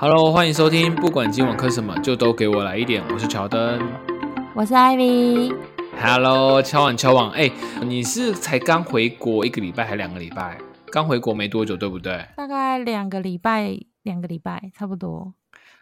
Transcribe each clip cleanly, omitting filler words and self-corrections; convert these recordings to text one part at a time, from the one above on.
Hello， 欢迎收听，不管今晚磕什么，就都给我来一点。我是乔登， 我是 Ivy。 Hello， 敲碗，你是才刚回国1个礼拜还2个礼拜？刚回国没多久，对不对？ 大概2个礼拜差不多。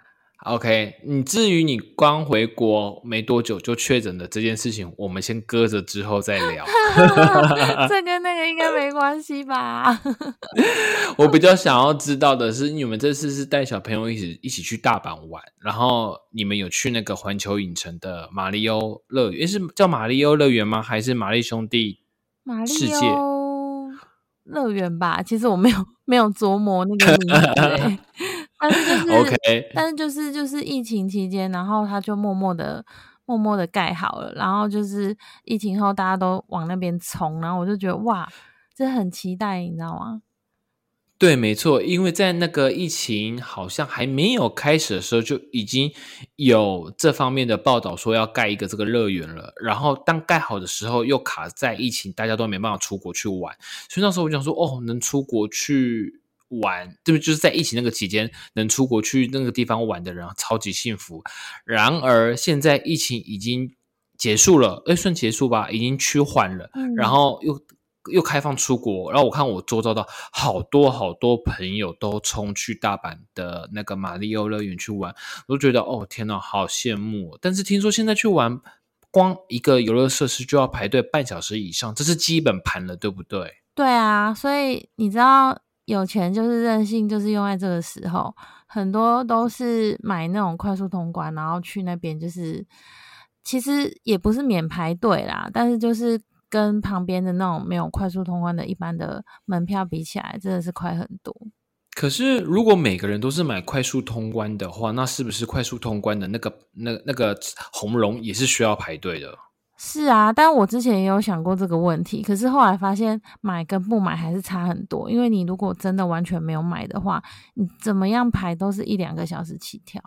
OK， 至于你刚回国没多久就确诊的这件事情，我们先搁着之后再聊。 这跟那个应该没关系吧？ 我比较想要知道的是，你们这次是带小朋友一起去大阪玩，然后你们有去那个环球影城的马里欧乐园，是叫马里欧乐园吗？还是玛丽兄弟世界？ 马里欧乐园吧，其实我没有琢磨那个名字但是就是 OK， 但是就是疫情期间，然后他就默默的盖好了，然后就是疫情后大家都往那边冲，然后我就觉得哇，这很期待，你知道吗？ 对，没错，因为在那个疫情好像还没有开始的时候，就已经有这方面的报道说要盖一个这个乐园了。然后当盖好的时候，又卡在疫情，大家都没办法出国去玩。所以那时候我就想说，哦，能出国去玩，对不对？就是在疫情那个期间，能出国去那个地方玩的人，超级幸福。然而现在疫情已经结束了，算结束吧，已经趋缓了，然后又开放出国，然后我看我周遭的好多朋友都冲去大阪的那个马里奥乐园去玩，我都觉得哦天哪，好羡慕但是听说现在去玩，光一个游乐设施就要排队半小时以上，这是基本盘了，对不对？ 对啊，所以你知道有钱就是任性，就是用在这个时候，很多都是买那种快速通关，然后去那边就是其实也不是免排队啦，但是就是跟旁边的那种没有快速通关的一般的门票比起来，真的是快很多。 可是如果每个人都是买快速通关的话，那是不是快速通关的那个红龙也是需要排队的？ 是啊，但我之前也有想过这个问题，可是后来发现买跟不买还是差很多，因为你如果真的完全没有买的话，你怎么样排都是1-2个小时起跳。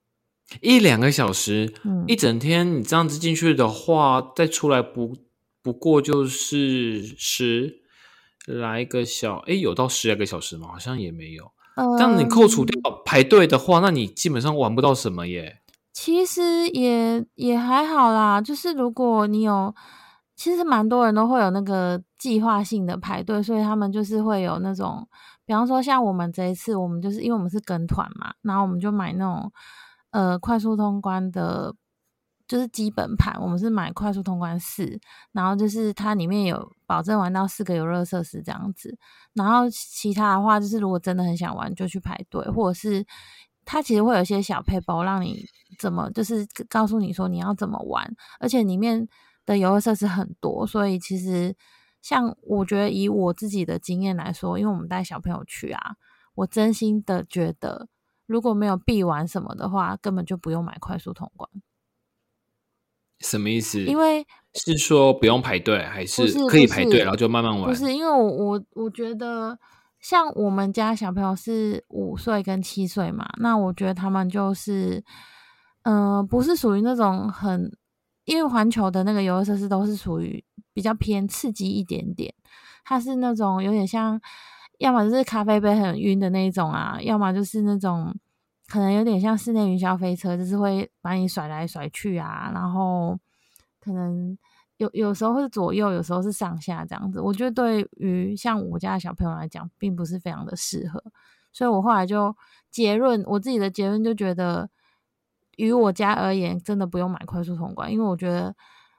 1-2个小时，一嗯， 整天你这样子进去的话，再出来不过就是来个有到10来个小时吗？好像也没有。这样你扣除掉排队的话，那你基本上玩不到什么耶。 其实也还好啦，就是如果你有，其实蛮多人都会有那个计划性的排队，所以他们就是会有那种，比方说像我们这一次，我们就是因为我们是跟团嘛，然后我们就买那种快速通关的，就是基本盘，我们是买快速通关4，然后就是它里面有保证玩到4个游乐设施这样子，然后其他的话就是如果真的很想玩就去排队，或者是它其实会有一些小配包让你怎么就是告诉你说你要怎么玩，而且里面的游乐设施很多，所以其实像我觉得以我自己的经验来说，因为我们带小朋友去啊，我真心的觉得如果没有必玩什么的话，根本就不用买快速通关。 什么意思？ 因为是说不用排队，还不是可以排队，然后就慢慢玩？ 不是，因为我觉得像我们家小朋友是5岁跟7岁嘛，那我觉得他们就是不是属于那种因为环球的那个游乐设施都是属于比较偏刺激一点点，它是那种有点像要么就是咖啡杯很晕的那一种啊，要么就是那种可能有点像室内云霄飞车，就是会把你甩来甩去啊，然后可能有时候是左右，有时候是上下这样子。我觉得对于像我家的小朋友来讲，并不是非常的适合，所以我后来就我自己的结论就觉得，于我家而言，真的不用买快速通关，因为我觉得，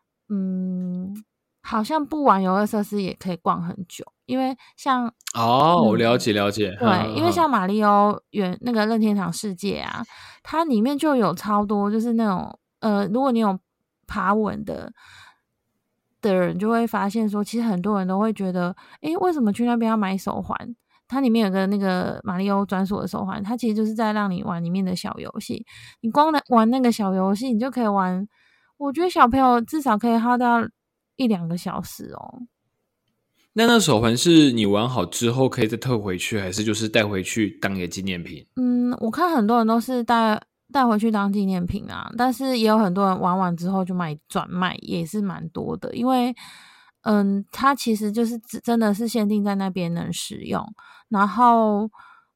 好像不玩游乐设施也可以逛很久，因为像我了解， 对，因为像马里欧那个任天堂世界啊，它里面就有超多，就是那种如果你有爬稳的人，就会发现说，其实很多人都会觉得，诶，为什么去那边要买手环？它里面有个那个马里欧专属的手环，它其实就是在让你玩里面的小游戏。你光玩那个小游戏，你就可以玩，我觉得小朋友至少可以耗到1-2个小时哦。 那手环是你玩好之后可以再退回去，还是就是带回去当一个纪念品？ 我看很多人都是带回去当纪念品啊，但是也有很多人玩完之后就转卖，也是蛮多的。因为它其实就是真的是限定在那边能使用，然后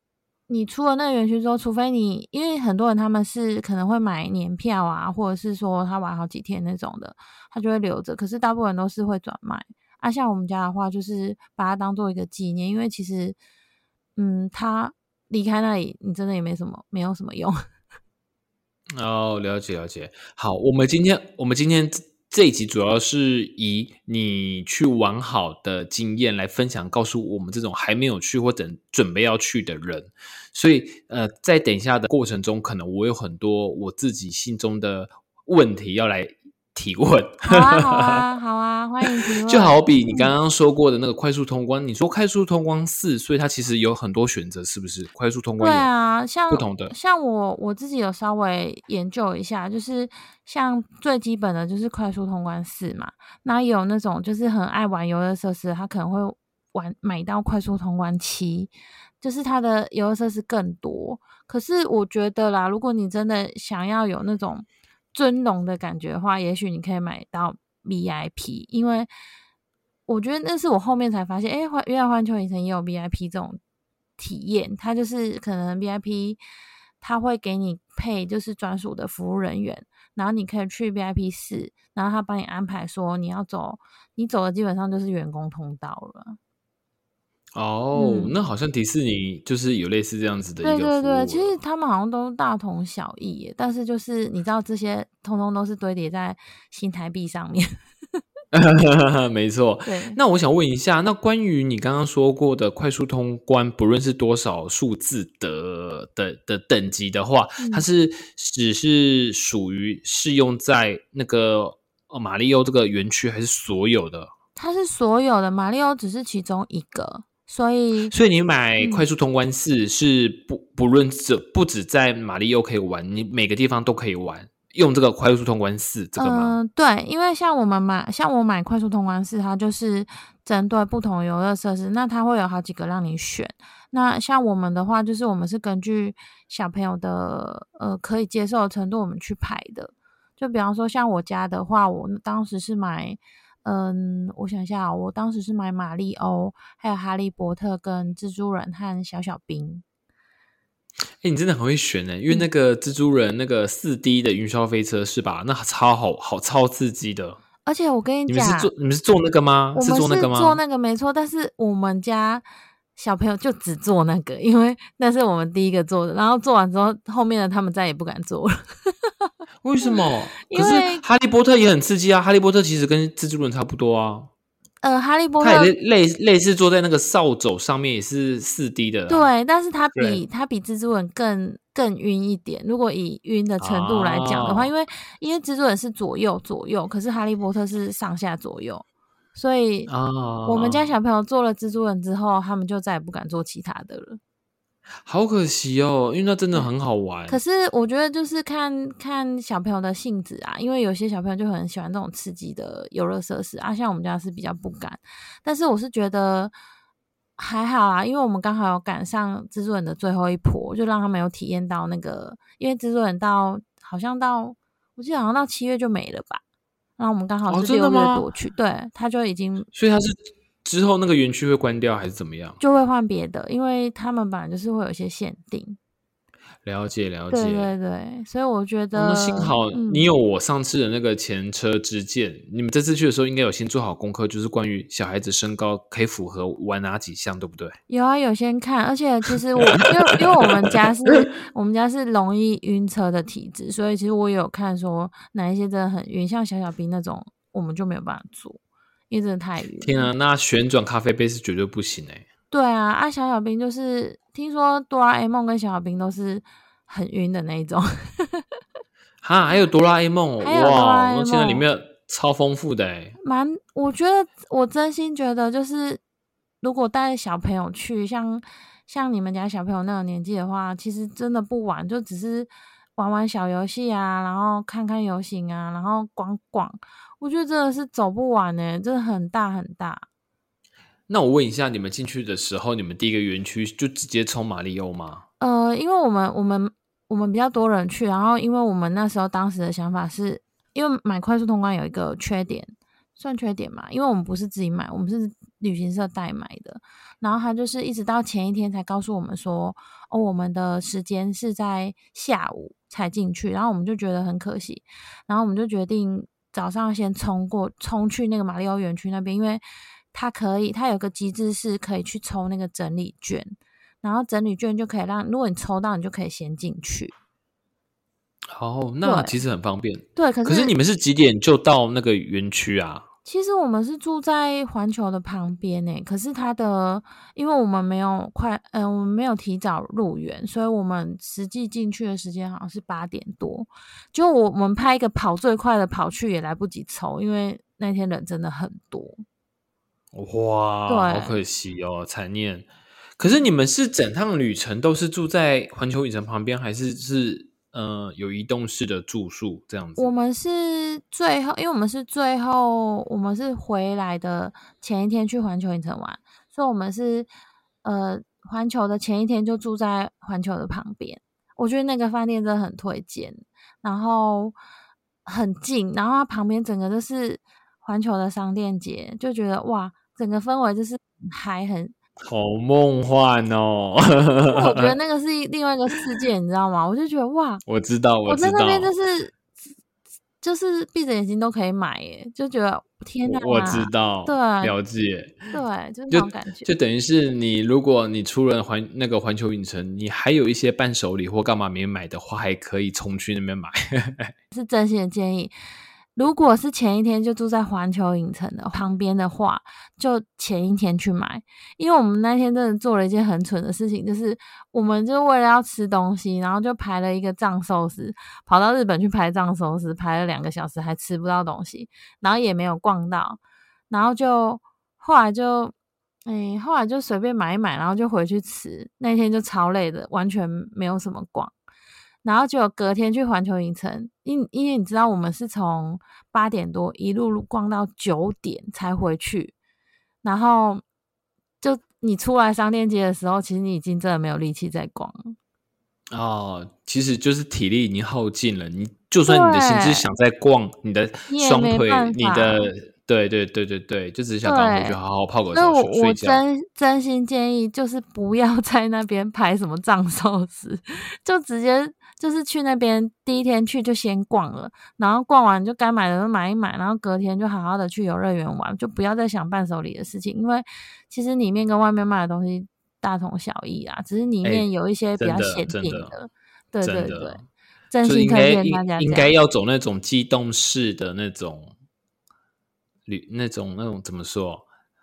你出了那个园区之后，除非你因为很多人他们是可能会买年票啊，或者是说他玩好几天那种的，他就会留着，可是大部分人都是会转卖啊。像我们家的话就是把它当做一个纪念，因为其实他离开那里你真的也没有什么用。 哦，了解了解。好，我们今天这一集主要是以你去玩好的经验来分享，告诉我们这种还没有去或准备要去的人。所以在等一下的过程中，可能我有很多我自己心中的问题要来提问。 好啊，好啊，好啊，欢迎提问。 就好比你刚刚说过的那个快速通关，你说快速通关4，所以它其实有很多选择，是不是？快速通关对有啊，像不同的。 像我自己有稍微研究一下，就是像最基本的就是快速通关4嘛，那也有那种就是很爱玩游乐设施的，他可能会买到快速通关7，就是它的游乐设施更多。可是我觉得啦，如果你真的想要有那种尊荣的感觉的话，也许你可以买到 VIP， 因为我觉得那是我后面才发现，原来环球影城也有 VIP 这种体验，它就是可能 VIP 它会给你配就是专属的服务人员，然后你可以去 VIP4，然后他帮你安排说你走的基本上就是员工通道了。 哦，那好像迪士尼就是有类似这样子的一个对对对，其服务了。 实他们好像都大同小异耶，但是就是你知道这些通通都是堆叠在新台币上面。 没错。 对， 那我想问一下，那关于你刚刚说过的快速通关，不论是多少数字的等级的话，它只是属于适用在那个马里奥这个园区，还是所有的？ 它是所有的，马里奥只是其中一个，所以所以你买快速通关4是不止在马里奥可以玩，你每个地方都可以玩，用这个快速通关4这个吗？ 对，因为像我买快速通关4，它就是针对不同游乐设施，那它会有好几个让你选。那像我们的话，就是我们是根据小朋友的可以接受的程度，我们去排的。就比方说像我家的话，我当时是买我想一下，我当时是买马里欧，还有哈利波特跟蜘蛛人和小小兵。 你真的很会选呢，因为那个蜘蛛人那个4D 的云霄飞车是吧？那超刺激的。 而且我跟你讲， 你们是做那个吗？ 我们做那个吗？ 是做那个没错，但是我们家小朋友就只做那个，因为那是我们第一个做的，然后做完之后，后面的他们再也不敢做了。 为什么？可是因为哈利波特也很刺激啊！哈利波特其实跟蜘蛛人差不多啊， 哈利波他特也类似坐在那个扫帚上面，也是4D 的啊。 对，但是它对比蜘蛛人更晕一点。如果以晕的程度来讲的话， 哦因为蜘蛛人是左右，可是哈利波特是上下左右，所以我们家哦， 小朋友做了蜘蛛人之后，他们就再也不敢做其他的了。 好可惜哦，因为那真的很好玩。 可是我觉得就是看看小朋友的性子啊，因为有些小朋友就很喜欢这种刺激的游乐设施啊，像我们家是比较不敢。但是我是觉得还好啦，因为我们刚好有赶上蜘蛛人的最后一波，就让他们有体验到那个，因为蜘蛛人我记得好像到7月就没了吧，然后我们刚好哦， 是6 真的吗？ 月多去，对，他就已经所以它是之后那个园区会关掉还是怎么样？ 就会换别的，因为他们本来就是会有一些限定。 了解了对解。 对对，所以我觉哦，那幸得， 好你有我上次的那个前车之鉴。你们这次去的时候，应该有先做好功课，就是关于小孩子身高可以符合玩哪几项，对不对？ 有啊，有先看，而且其实因为我们家是容易晕车的体质，所以其实我也有看说哪一些真的很晕，像小小兵那种，我们就没有办法做，因为真的太晕了。 天啊，那旋转咖啡杯是绝对不行哎。 对啊，小小兵就是听说哆啦 A 梦跟小小兵都是很晕的那一种。 哈，还有哆啦 A 梦哦， 还有哆啦哇， A 那现在里梦， 面超丰富的哎。 我觉得我真心觉得，就是如果带小朋友去，像你们家小朋友那个年纪的话，其实真的不玩，就只是玩玩小游戏啊，然后看看游行啊，然后逛逛，我觉得真的是走不完真的很大很大。 那我问一下，你们进去的时候，你们第一个园区就直接冲马里奥吗？ 因为我们比较多人去，然后因为我们那时候当时的想法是，因为买快速通关有一个缺点，算缺点嘛，因为我们不是自己买，我们是旅行社代买的，然后他就是一直到前一天才告诉我们说，哦，我们的时间是在下午才进去，然后我们就觉得很可惜，然后我们就决定早上先冲去那个马里奥园区那边，因为它有个机制是可以去抽那个整理券，然后整理券就可以如果你抽到，你就可以先进去。 那其实很方便。 对， 可是你们是几点就到那个园区啊？ 其实我们是住在环球的旁边诶，可是因为我们没有我们没有提早入园，所以我们实际进去的时间好像是8点多。就我们拍一个跑最快的跑去也来不及抽，因为那天人真的很多。 哇，好可惜哦，惨念。可是你们是整趟旅程都是住在环球影城旁边，还是有移动式的住宿这样子？ 我们是最后，因为我们是回来的前一天去环球影城玩，所以我们是环球的前一天就住在环球的旁边。我觉得那个饭店真的很推荐，然后很近，然后它旁边整个就是环球的商店街，就觉得哇，整个氛围就是很好梦幻哦！ 我觉得那个是另外一个世界，你知道吗？我就觉得哇， 我知道， 我在那边就是闭着眼睛都可以买耶，就觉得天哪， 我知道， 对了解， 对，就是那种感觉， 就等于是如果你出了那个环球影城，你还有一些伴手礼或干嘛没买的话，还可以冲去那边买。 是真心的建议。如果是前一天就住在环球影城的旁边的话，就前一天去买。因为我们那天真的做了一件很蠢的事情，就是我们就为了要吃东西，然后就排了一个藏寿司，跑到日本去排藏寿司，排了2个小时还吃不到东西，然后也没有逛到，然后后来就随便买一买，然后就回去吃。那天就超累的，完全没有什么逛。然后就隔天去环球影城，因为你知道我们是从8点多一路逛到9点才回去，然后就你出来商店街的时候，其实你已经真的没有力气再逛了。 哦，其实就是体力已经耗尽了。你就算你的心只是想再逛，你的你也双腿， 没办法。 对，就只是想赶回去好好泡个所以澡我睡觉。 真心建议就是不要在那边排什么藏寿司，就直接就是去那边第一天去就先逛了，然后逛完就该买的都买一买，然后隔天就好好的去游乐园玩，就不要再想伴手礼的事情，因为其实里面跟外面卖的东西大同小异啊，只是里面有一些比较限定的。对对对，真心推荐大家应该要走那种机动式的那种怎么说？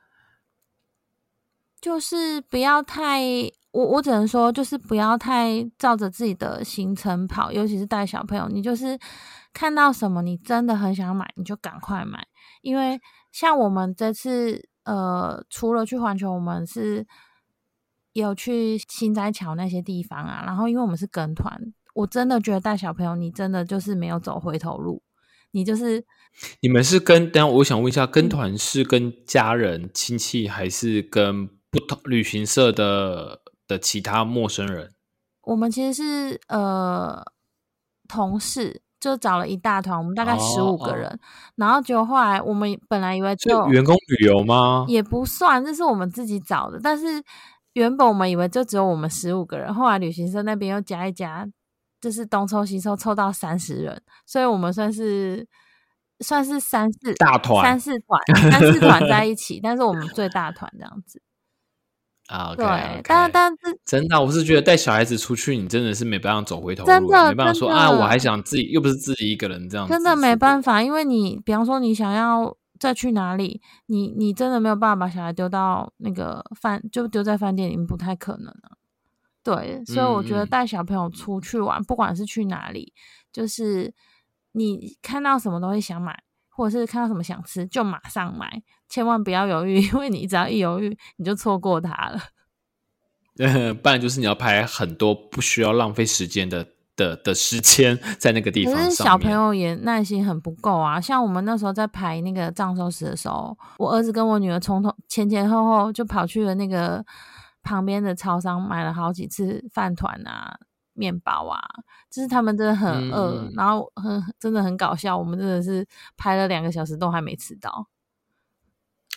就是不要太，我只能说，就是不要太照着自己的行程跑，尤其是带小朋友，你就是看到什么你真的很想买，你就赶快买。因为像我们这次，除了去环球，我们是有去新斋桥那些地方啊，然后因为我们是跟团，我真的觉得带小朋友，你真的就是没有走回头路，你就是你们是等一下我想问一下，跟团是跟家人、亲戚，还是跟不同旅行社的其他陌生人？ 我们其实是同事，就找了一大团，我们大概15个人，然后结果后来我们本来以为是员工旅游吗？ 也不算，这是我们自己找的，但是原本我们以为就只有我们15个人，后来旅行社那边又加一加，就是东凑西凑，凑到30人，所以我们算是大团三四团在一起，但是我们最大团这样子。 啊， 对， 但是真的，我是觉得带小孩子出去，你真的是没办法走回头路， 真的没办法说啊，我还想自己，又不是自己一个人这样子， 真的没办法，因为你比方说你想要再去哪里，你真的没有办法把小孩丢到那个就丢在饭店里面，不太可能啊。对，所以我觉得带小朋友出去玩，不管是去哪里，就是你看到什么东西想买，或者是看到什么想吃，就马上买，千万不要犹豫，因为你只要一犹豫，你就错过它了。 不然就是你要排很多不需要浪费时间的时间在那个地方上面。 可是小朋友也耐心很不够啊，像我们那时候在排那个藏寿司的时候，我儿子跟我女儿前后后就跑去了那个旁边的超商买了好几次饭团啊、面包啊，就是他们真的很饿，然后真的很搞笑，我们真的是排了2个小时都还没吃到。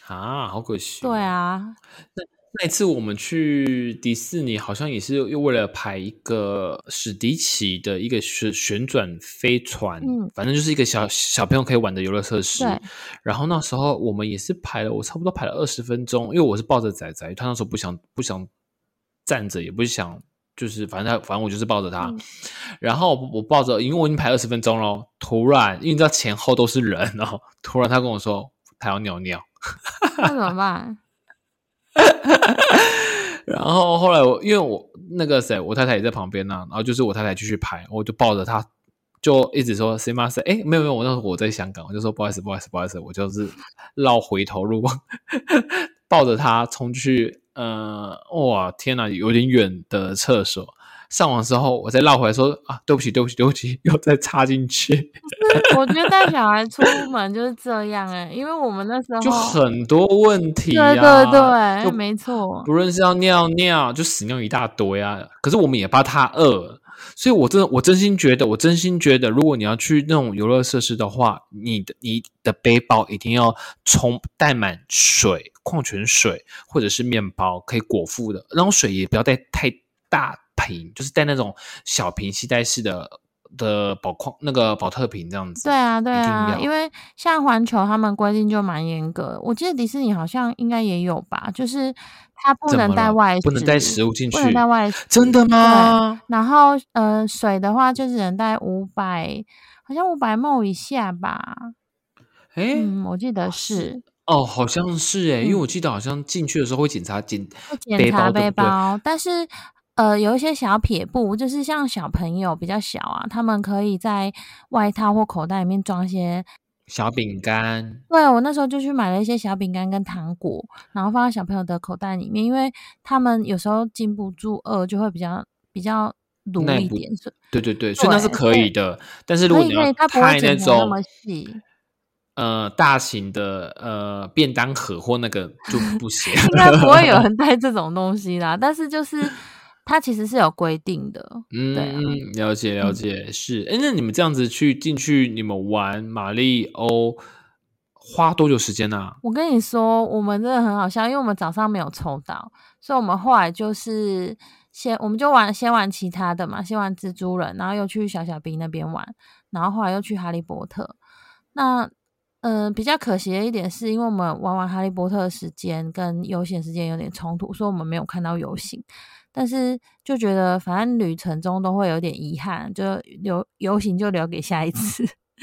啊，好可惜。 对啊， 那一次我们去迪士尼，好像也是又为了排一个史迪奇的一个旋转飞船，反正就是一个小朋友可以玩的游乐设施。 对。 然后那时候我们也是我差不多排了20分钟，因为我是抱着仔仔，他那时候不想站着，也不想。就是反正我就是抱着他，然后我抱着，因为我已经排20分钟了，突然因为你知道前后都是人哦，突然他跟我说他要尿尿， 那怎么办？ 然后后来因为我那个谁，我太太也在旁边然后就是我太太继续排，我就抱着她，就一直说谁吗谁？哎，没有，我那时候我在香港，我就说不好意思，我就是绕回头路，抱着她冲去，哇，天哪，有点远的厕所。上完之后，我再绕回来说啊，对不起，又再插进去。 我觉得带小孩出门就是这样因为我们那时候就很多问题对，没错。 不论是要尿尿，就屎尿一大堆啊。可是我们也怕他饿，所以我真心觉得，如果你要去那种游乐设施的话，你的背包一定要带满水、矿泉水或者是面包可以果腹的，然后水也不要带太大瓶，就是带那种小瓶携带式的保特瓶这样子。 对啊， 一定要因为像环球他们规定就蛮严格，我记得迪士尼好像应该也有吧，就是它不能带外食， 不能带食物进去， 不能带外食， 真的吗？ 然后水的话就只能带500，好像500ml 以下吧。我记得是。 哦，好像是因为我记得好像进去的时候会检查背包，但是有一些小撇步，就是像小朋友比较小啊，他们可以在外套或口袋里面装一些小饼干。 对，我那时候就去买了一些小饼干跟糖果，然后放在小朋友的口袋里面，因为他们有时候禁不住饿，就会比较鲁一点。 对，所以那是可以的。但是如果你要太那种那么细。 大型的便当盒或那个就不行。 应该不会有人带这种东西啦，但是就是它其实是有规定的。 了解是。那你们这样子进去你们玩马里欧花多久时间啊？ 我跟你说我们真的很好笑，因为我们早上没有抽到，所以我们后来就是我们就先玩其他的嘛，先玩蜘蛛人，然后又去小小兵那边玩，然后后来又去哈利波特。那比较可惜的一点是因为我们玩完哈利波特的时间跟游行时间有点冲突，所以我们没有看到游行，但是就觉得反正旅程中都会有点遗憾，就游行就留给下一次。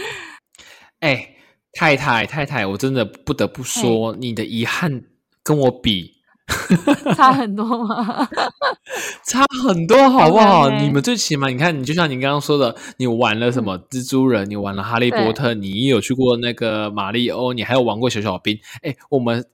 太太，我真的不得不说，你的遗憾跟我比差很多吗？ 差很多好不好？ Okay. 你们最起码你看，你就像你刚刚说的，你玩了什么蜘蛛人，你玩了哈利波特，你也有去过那个马里欧，你还有玩过小小兵。我们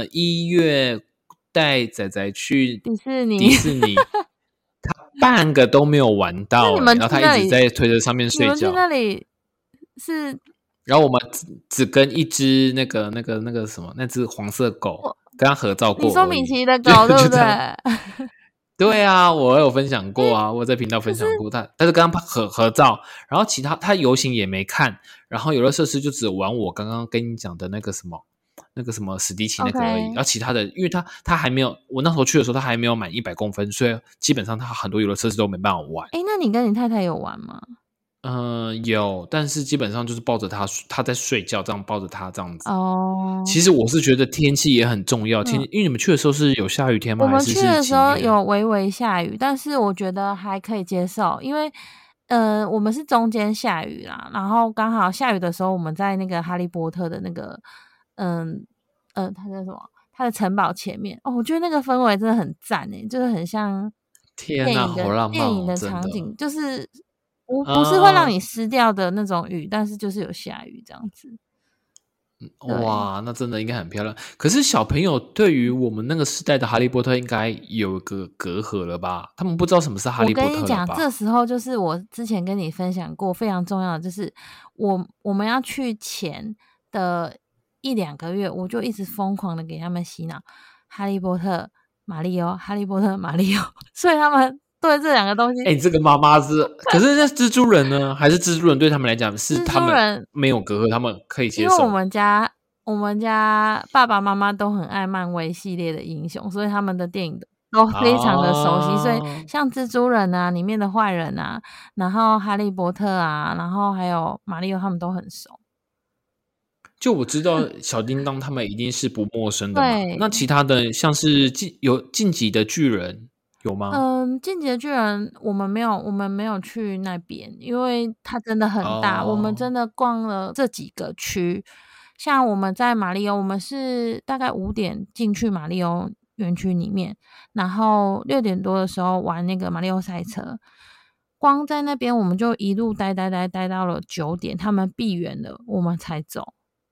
1月带仔仔去迪士尼他半个都没有玩到，然后他一直在推车上面睡觉。 你们去那里是？ 然后我们只跟一只那个什么，那只黄色狗跟他合照过。 你说米奇的狗对不对？ 对啊，我有分享过啊，我在频道分享过他，但是跟他合照，然后其他游行也没看，然后游乐设施就只玩我刚刚跟你讲的那个什么史迪奇那个而已，然后其他的，因为他还没有，我那时候去的时候他还没有满100公分，所以基本上他很多游乐设施都没办法玩。 那你跟你太太有玩吗？ 有，但是基本上就是抱着他在睡觉，这样抱着他这样子。 哦， 其实我是觉得天气也很重要，因为你们去的时候是有下雨天吗？ 我们去的时候有微微下雨，但是我觉得还可以接受，因为我们是中间下雨啦，然后刚好下雨的时候我们在那个哈利波特的那个它叫什么？它的城堡前面我觉得那个氛围真的很赞就是很像天哪，好浪漫电影的场景，就是不是会让你湿掉的那种雨，但是就是有下雨这样子。 哇，那真的应该很漂亮。可是小朋友对于我们那个时代的哈利波特应该有个隔阂了吧？他们不知道什么是哈利波特了吧？ 我跟你讲，这时候就是我之前跟你分享过非常重要的，就是我们要去前的1-2个月，我就一直疯狂的给他们洗脑哈利波特马里欧，哈利波特马里欧，所以他们对这2个东西， 这个妈妈是，可是那蜘蛛人呢？还是蜘蛛人对他们来讲是他们没有隔阂，他们可以接受。 因为我们家我们家爸爸妈妈都很爱漫威系列的英雄，所以他们的电影都非常的熟悉，所以像蜘蛛人啊里面的坏人啊，然后哈利波特啊，然后还有马里奥他们都很熟。 就我知道小叮当他们一定是不陌生的嘛。 对， 那其他的像是晋级的巨人有吗？ 进击的巨人我们没有去那边，因为它真的很大，我们真的逛了这几个区。像我们在马里奥，我们是大概5点进去马里奥园区里面，然后6点多的时候玩那个马里奥赛车。光在那边我们就一路待到了9点，他们闭园了，我们才走。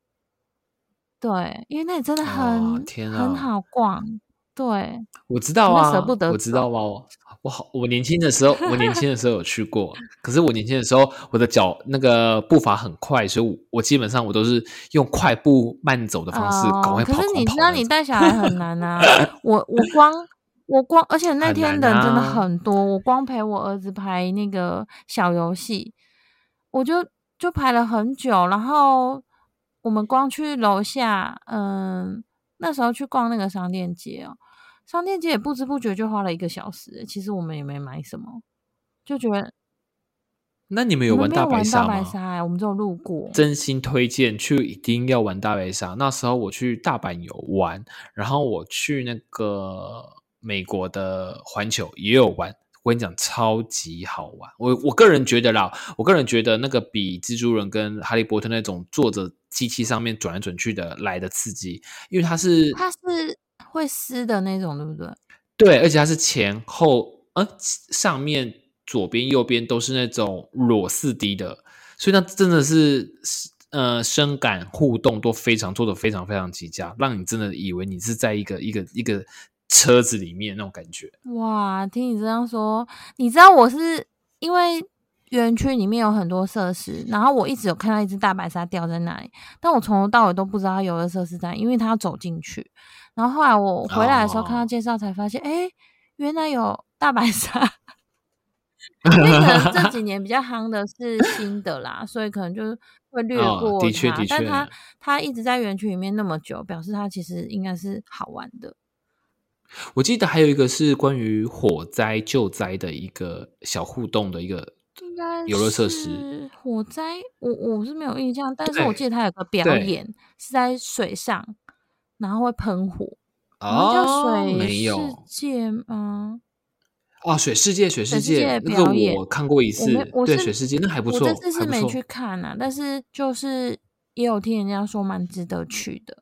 对，因为那里真的很好逛。对， 我知道啊， 舍不得我知道啊。我年轻的时候有去过，可是我年轻的时候，我的脚那个步伐很快，所以我基本上我都是用快步慢走的方式赶快跑。 可是你知道你带小孩很难啊，我光，而且那天人真的很多，我光陪我儿子排那个小游戏，我就排了很久，然后我们光去楼下，那时候去逛那个商店街商店街也不知不觉就花了1个小时，其实我们也没买什么，就觉得。 那你们有玩大白鲨吗？ 我们没有玩大白鲨我们只有路过。 真心推荐去，一定要玩大白鲨。那时候我去大阪有玩，然后我去那个美国的环球也有玩。我跟你讲，超级好玩。我个人觉得啦，那个比蜘蛛人跟哈利波特那种坐着机器上面转来转去的来的刺激，因为它是会湿的那种，对不对？ 对，而且它是前后，上面左边右边都是那种裸4D 的，所以那真的是声感互动都做得非常非常极佳，让你真的以为你是在一个车子里面那种感觉。 哇，听你这样说，你知道我是因为园区里面有很多设施，然后我一直有看到一只大白鲨掉在那里，但我从头到尾都不知道它游乐设施在，因为它要走进去。然后后来我回来的时候看到介绍才发现，原来有大白鲨。因为可能这几年比较夯的是新的啦，所以可能就会略过它。 的确， 但它一直在园区里面那么久，表示它其实应该是好玩的。 我记得还有一个是关于火灾救灾的一个小互动的一个游乐设施。 火灾，我是没有印象，但是我记得它有个表演是在水上，然后会喷火，好像叫水世界吗？ 水世界那个我看过一次，对，水世界那还不错。 我这次是没去看啊，但是就是也有听人家说蛮值得去的。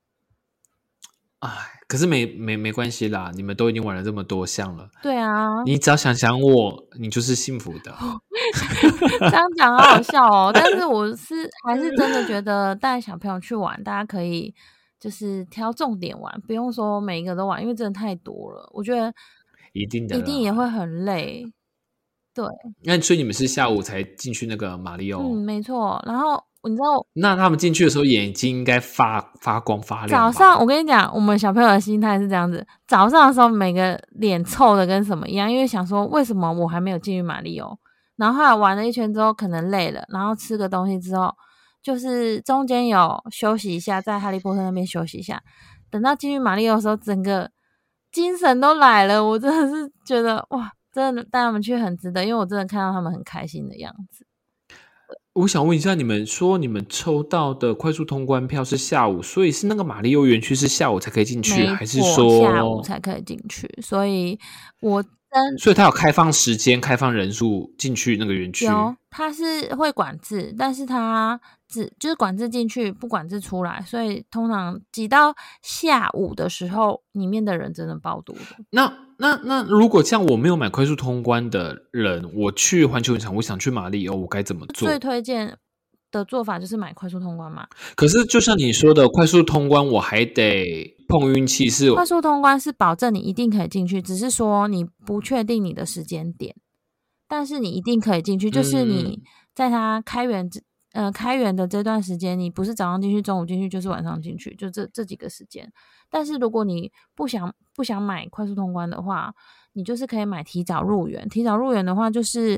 可是没关系啦，你们都已经玩了这么多项了。 对啊， 你只要想想我，你就是幸福的。 这样讲好好笑哦，但是我还是真的觉得带小朋友去玩，大家可以就是挑重点玩，不用说每一个都玩，因为真的太多了，我觉得一定也会很累。对， 那所以你们是下午才进去那个马里奥？ 没错。然后你知道， 那他们进去的时候眼睛应该发光发亮吧？ 早上我跟你讲，我们小朋友的心态是这样子，早上的时候每个脸臭的跟什么一样，因为想说为什么我还没有进去马里奥。然后后来玩了一圈之后可能累了，然后吃个东西之后，就是中间有休息一下，在哈利波特那边休息一下，等到进去马里奥的时候，整个精神都来了，我真的是觉得哇，真的带他们去很值得，因为我真的看到他们很开心的样子。 我想问一下，你们说你们抽到的快速通关票是下午，所以是那个马里奥园区是下午才可以进去，还是说下午才可以进去？所以它有开放时间、开放人数进去那个园区？ 有，它是会管制，但是它就是管制进去，不管制出来，所以通常挤到下午的时候，里面的人真的爆多的。 那如果像我没有买快速通关的人，我去环球影城，我想去马里奥，我该怎么做？ 最推荐的做法就是买快速通关嘛。 可是就像你说的，快速通关我还得碰运气， 快速通关是保证你一定可以进去，只是说你不确定你的时间点，但是你一定可以进去，就是你在它开园的这段时间，你不是早上进去、中午进去，就是晚上进去，就这几个时间。但是如果你不想买快速通关的话，你就是可以买提早入园。提早入园的话，就是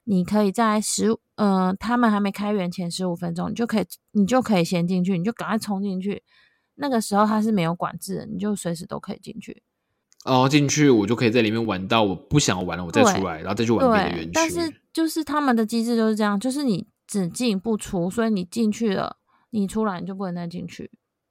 你可以在他们还没开园前15分钟，你就可以先进去，你就赶快冲进去。那个时候它是没有管制的，你就随时都可以进去。 哦，进去我就可以在里面玩到我不想玩了，我再出来，然后再去玩别的园区。 但是就是他们的机制就是这样，就是你只进不出，所以你进去了，你出来你就不能再进去。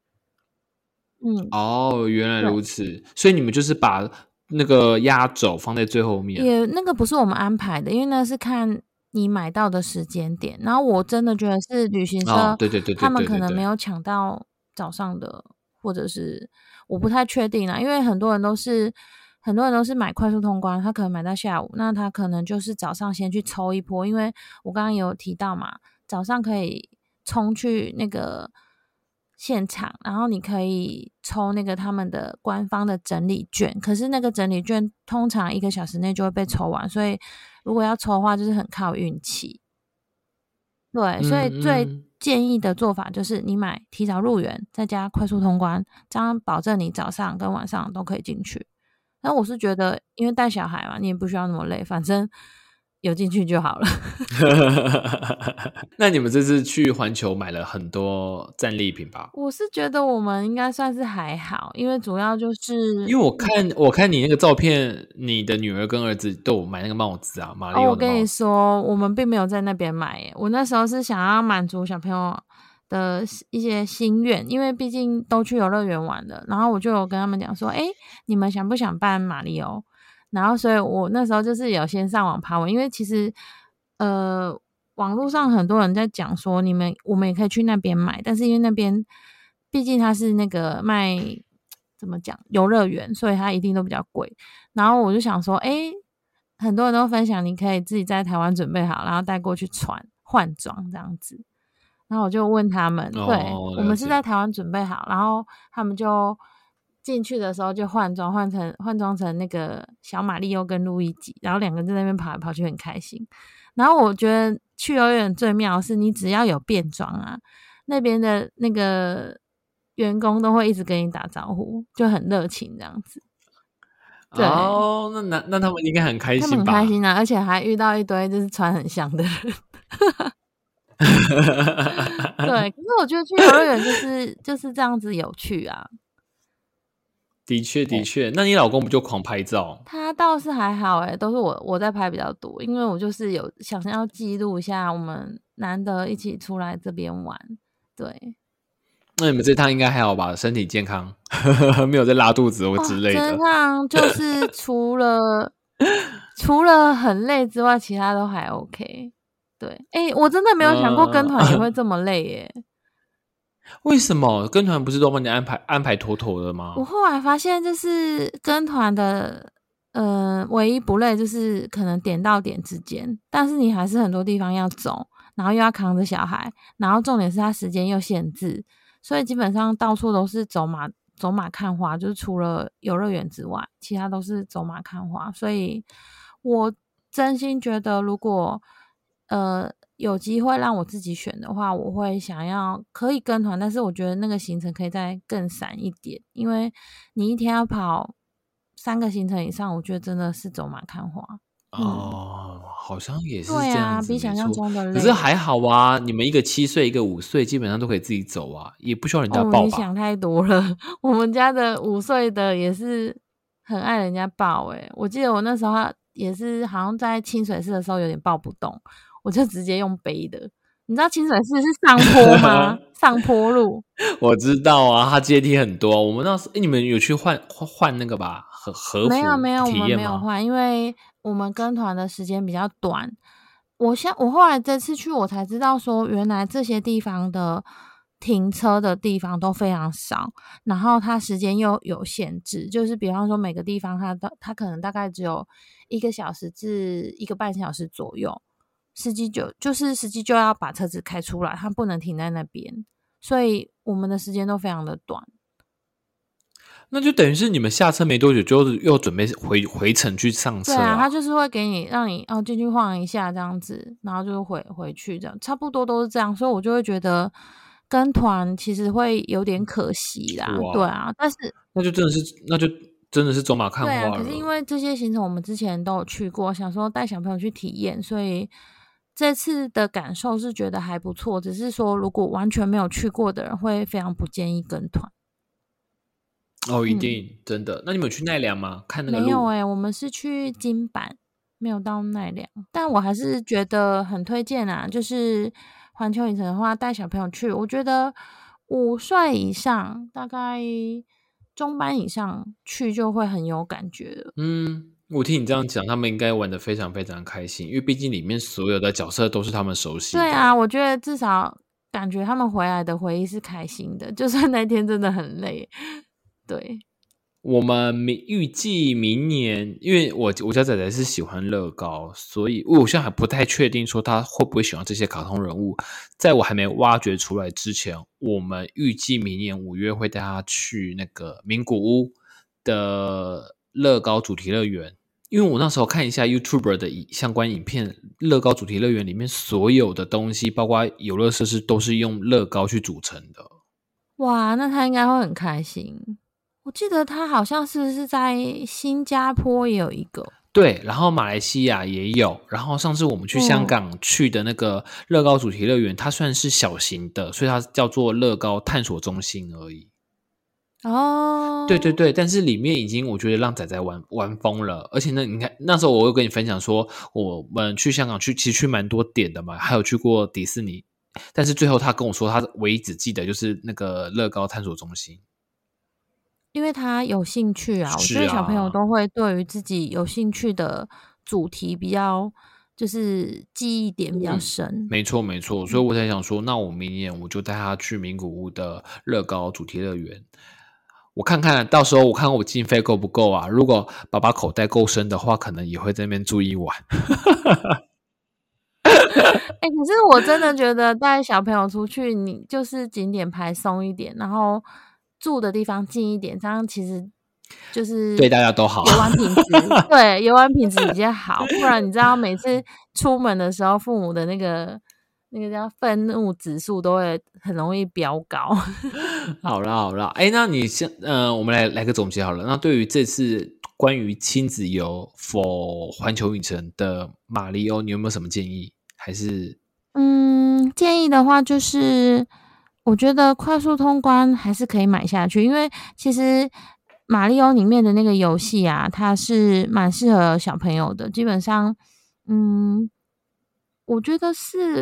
哦，原来如此，所以你们就是把那个压轴放在最后面。 那个不是我们安排的，因为那是看你买到的时间点。然后我真的觉得是旅行社， 对， 他们可能没有抢到早上的，或者是我不太确定啦，因为很多人都是买快速通关，他可能买到下午，那他可能就是早上先去抽一波，因为我刚刚有提到嘛，早上可以冲去那个现场，然后你可以抽那个他们的官方的整理券，可是那个整理券通常1个小时内就会被抽完，所以如果要抽的话就是很靠运气。对，所以最建议的做法就是你买提早入园再加快速通关，这样保证你早上跟晚上都可以进去。那我是觉得因为带小孩嘛，你也不需要那么累，反正有进去就好了。 那你们这次去环球买了很多战利品吧？ 我是觉得我们应该算是还好，因为主要就是因为我看你那个照片，你的女儿跟儿子都有买那个帽子啊，马里奥的帽子。 我跟你说，我们并没有在那边买耶。我那时候是想要满足小朋友的一些心愿，因为毕竟都去游乐园玩了，然后我就有跟他们讲说，你们想不想办马里奥？然后所以我那时候就是有先上网爬文，因为其实网络上很多人在讲说我们也可以去那边买，但是因为那边毕竟它是那个卖怎么讲游乐园，所以它一定都比较贵。然后我就想说很多人都分享你可以自己在台湾准备好，然后带过去换装这样子。然后我就问他们，对，我们是在台湾准备好，然后他们就进去的时候就换装成那个小马里奥跟路易吉，然后2个人在那边跑来跑去很开心。然后我觉得去游乐园最妙的是你只要有变装啊，那边的那个员工都会一直跟你打招呼，就很热情这样子。对， 那他们应该很开心吧？ 他们很开心啊，而且还遇到一堆就是穿很像的人。对，可是我觉得去游乐园就是这样子有趣啊。 的确，那你老公不就狂拍照？ 他倒是还好都是我在拍比较多，因为我就是有想要记录一下我们难得一起出来这边玩。对， 那你们这趟应该还好吧？身体健康，没有在拉肚子或之类的。 这趟就是除了很累之外，其他都还 OK。对，我真的没有想过跟团也会这么累耶。 为什么跟团不是都帮你安排妥妥的吗？ 我后来发现，就是跟团的，唯一不累就是可能点到点之间，但是你还是很多地方要走，然后又要扛着小孩，然后重点是它时间又限制，所以基本上到处都是走马看花，就是除了游乐园之外，其他都是走马看花。所以我真心觉得，如果有机会让我自己选的话，我会想要可以跟团，但是我觉得那个行程可以再更散一点，因为你一天要跑3个行程以上，我觉得真的是走马看花。 好像也是对啊， 这样子， 比想象中的累。 可是还好啊，你们一个7岁，一个5岁，基本上都可以自己走啊，也不需要人家抱吧？ 你想太多了，我们家的5岁的也是很爱人家抱我记得我那时候也是好像在清水寺的时候有点抱不动，我就直接用背的。你知道清水寺是上坡吗？上坡路。 我知道啊，它阶梯很多。我们那时候，你们有去换那个吧？和服没有，我们没有换，因为我们跟团的时间比较短。我后来这次去，我才知道说，原来这些地方的停车的地方都非常少，然后它时间又有限制，就是比方说每个地方它可能大概只有1个小时至1个半小时左右。司机就要把车子开出来，他不能停在那边，所以我们的时间都非常的短。 那就等于是你们下车没多久，就又准备回程去上车。 对啊，他就是会让你进去晃一下这样子，然后就回去这样，差不多都是这样，所以我就会觉得跟团其实会有点可惜啦。对啊，但是那就真的是走马看对啊， 花了。 可是因为这些行程我们之前都有去过，想说带小朋友去体验，所以这次的感受是觉得还不错，只是说如果完全没有去过的人会非常不建议跟团。 哦，一定、真的。那你们有去奈良吗？看那个路？ 没有我们是去金板，没有到奈良，但我还是觉得很推荐啊，就是环球影城的话带小朋友去，我觉得5岁以上，大概中班以上去就会很有感觉了。 我听你这样讲，他们应该玩得非常非常开心，因为毕竟里面所有的角色都是他们熟悉的。 对啊，我觉得至少感觉他们回来的回忆是开心的，就算那天真的很累。对， 我们预计明年，因为我家仔仔是喜欢乐高，所以我现在还不太确定说他会不会喜欢这些卡通人物。在我还没挖掘出来之前，我们预计明年5月会带他去那个名古屋的乐高主题乐园。因为我那时候看一下 YouTuber 的相关影片，乐高主题乐园里面所有的东西，包括游乐设施，都是用乐高去组成的。 哇，那他应该会很开心。我记得他好像是不是在新加坡也有一个？ 对，然后马来西亚也有，然后上次我们去香港去的那个乐高主题乐园，它算是小型的，所以它叫做乐高探索中心而已。 哦， 对对对，但是里面已经我觉得让仔仔玩疯了，而且呢，你看那时候我有跟你分享说，我们去香港其实去蛮多点的嘛，还有去过迪士尼，但是最后他跟我说，他唯一只记得就是那个乐高探索中心。 因为他有兴趣啊，我觉得小朋友都会对于自己有兴趣的主题比较，就是记忆点比较深。 没错没错，所以我才想说，那我明年我就带他去名古屋的乐高主题乐园。我看看到时候我看我经费够不够啊？如果爸爸口袋够深的话，可能也会在那边住一晚。 可是我真的觉得带小朋友出去，你就是景点排松一点，然后住的地方近一点，这样其实就是对大家都好， 游玩品质对游玩品质比较好。不然你知道每次出门的时候，父母的那个叫愤怒指数都会很容易飙高。 好啦好啦，那你我们来个总结好了。那对于这次关于亲子游 for 环球影城的马里欧，你有没有什么建议？还是建议的话就是我觉得快速通关还是可以买下去，因为其实马里欧里面的那个游戏啊，它是蛮适合小朋友的，基本上我觉得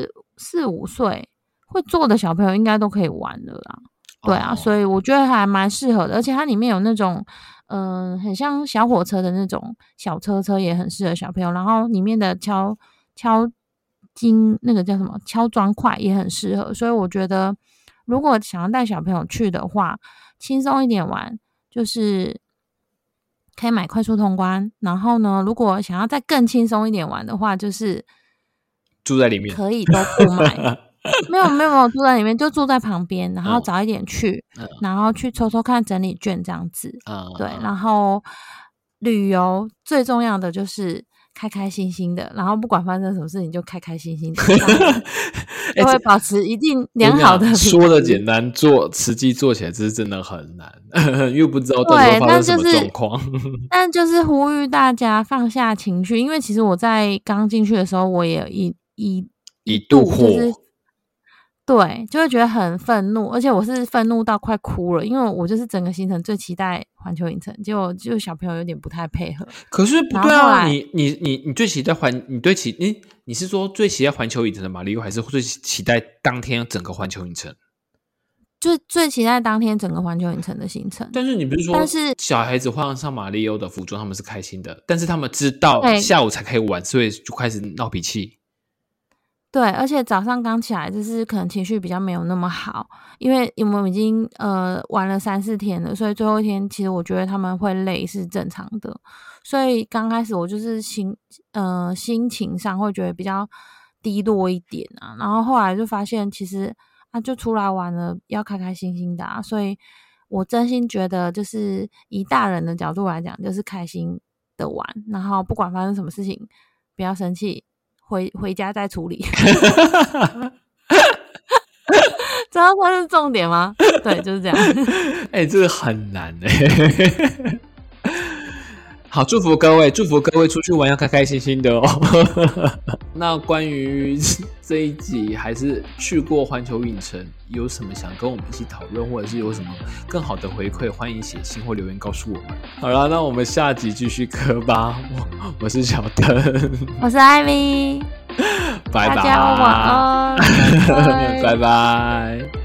4、5岁会做的小朋友应该都可以玩的啦。对啊，所以我觉得还蛮适合的，而且它里面有那种很像小火车的那种小车也很适合小朋友，然后里面的敲金那个叫什么敲砖块也很适合，所以我觉得如果想要带小朋友去的话，轻松一点玩，就是可以买快速通关。然后呢，如果想要再更轻松一点玩的话，就是住在里面， 可以都不买。没有住在里面，就住在旁边，然后早一点去，然后去抽看整理券这样子。对，然后旅游最重要的就是开开心心的，然后不管发生什么事情就开开心心的，就会保持一定良好的。 说的简单，实际做起来这是真的很难，因为不知道到底会发生什么状况。 但就是呼吁大家放下情绪，因为其实我在刚进去的时候，我也一度就是对，就会觉得很愤怒，而且我是愤怒到快哭了，因为我就是整个行程最期待环球影城，结果就小朋友有点不太配合。 可是不对啊，你最期待你是说最期待环球影城的马里奥，还是最期待当天整个环球影城？ 就最期待当天整个环球影城的行程。 但是你不是说，小孩子换上马里奥的服装，他们是开心的，但是他们知道下午才可以玩，所以就开始闹脾气。 对，而且早上刚起来就是可能情绪比较没有那么好，因为我们已经玩了3、4天了，所以最后一天其实我觉得他们会累是正常的，所以刚开始我就是心情上会觉得比较低落一点啊，然后后来就发现其实就出来玩了要开开心心的啊，所以我真心觉得就是以大人的角度来讲，就是开心的玩，然后不管发生什么事情不要生气，回家再处理。知道它是重点吗？对，就是这样。 这个很难好，祝福各位出去玩要开开心心的哦。那关于这一集还是去过环球影城，有什么想跟我们一起讨论，或者是有什么更好的回馈，欢迎写信或留言告诉我们。好啦，那我们下集继续磕吧。我是小灯， 我是艾米， 拜拜， 大家晚安， 拜拜。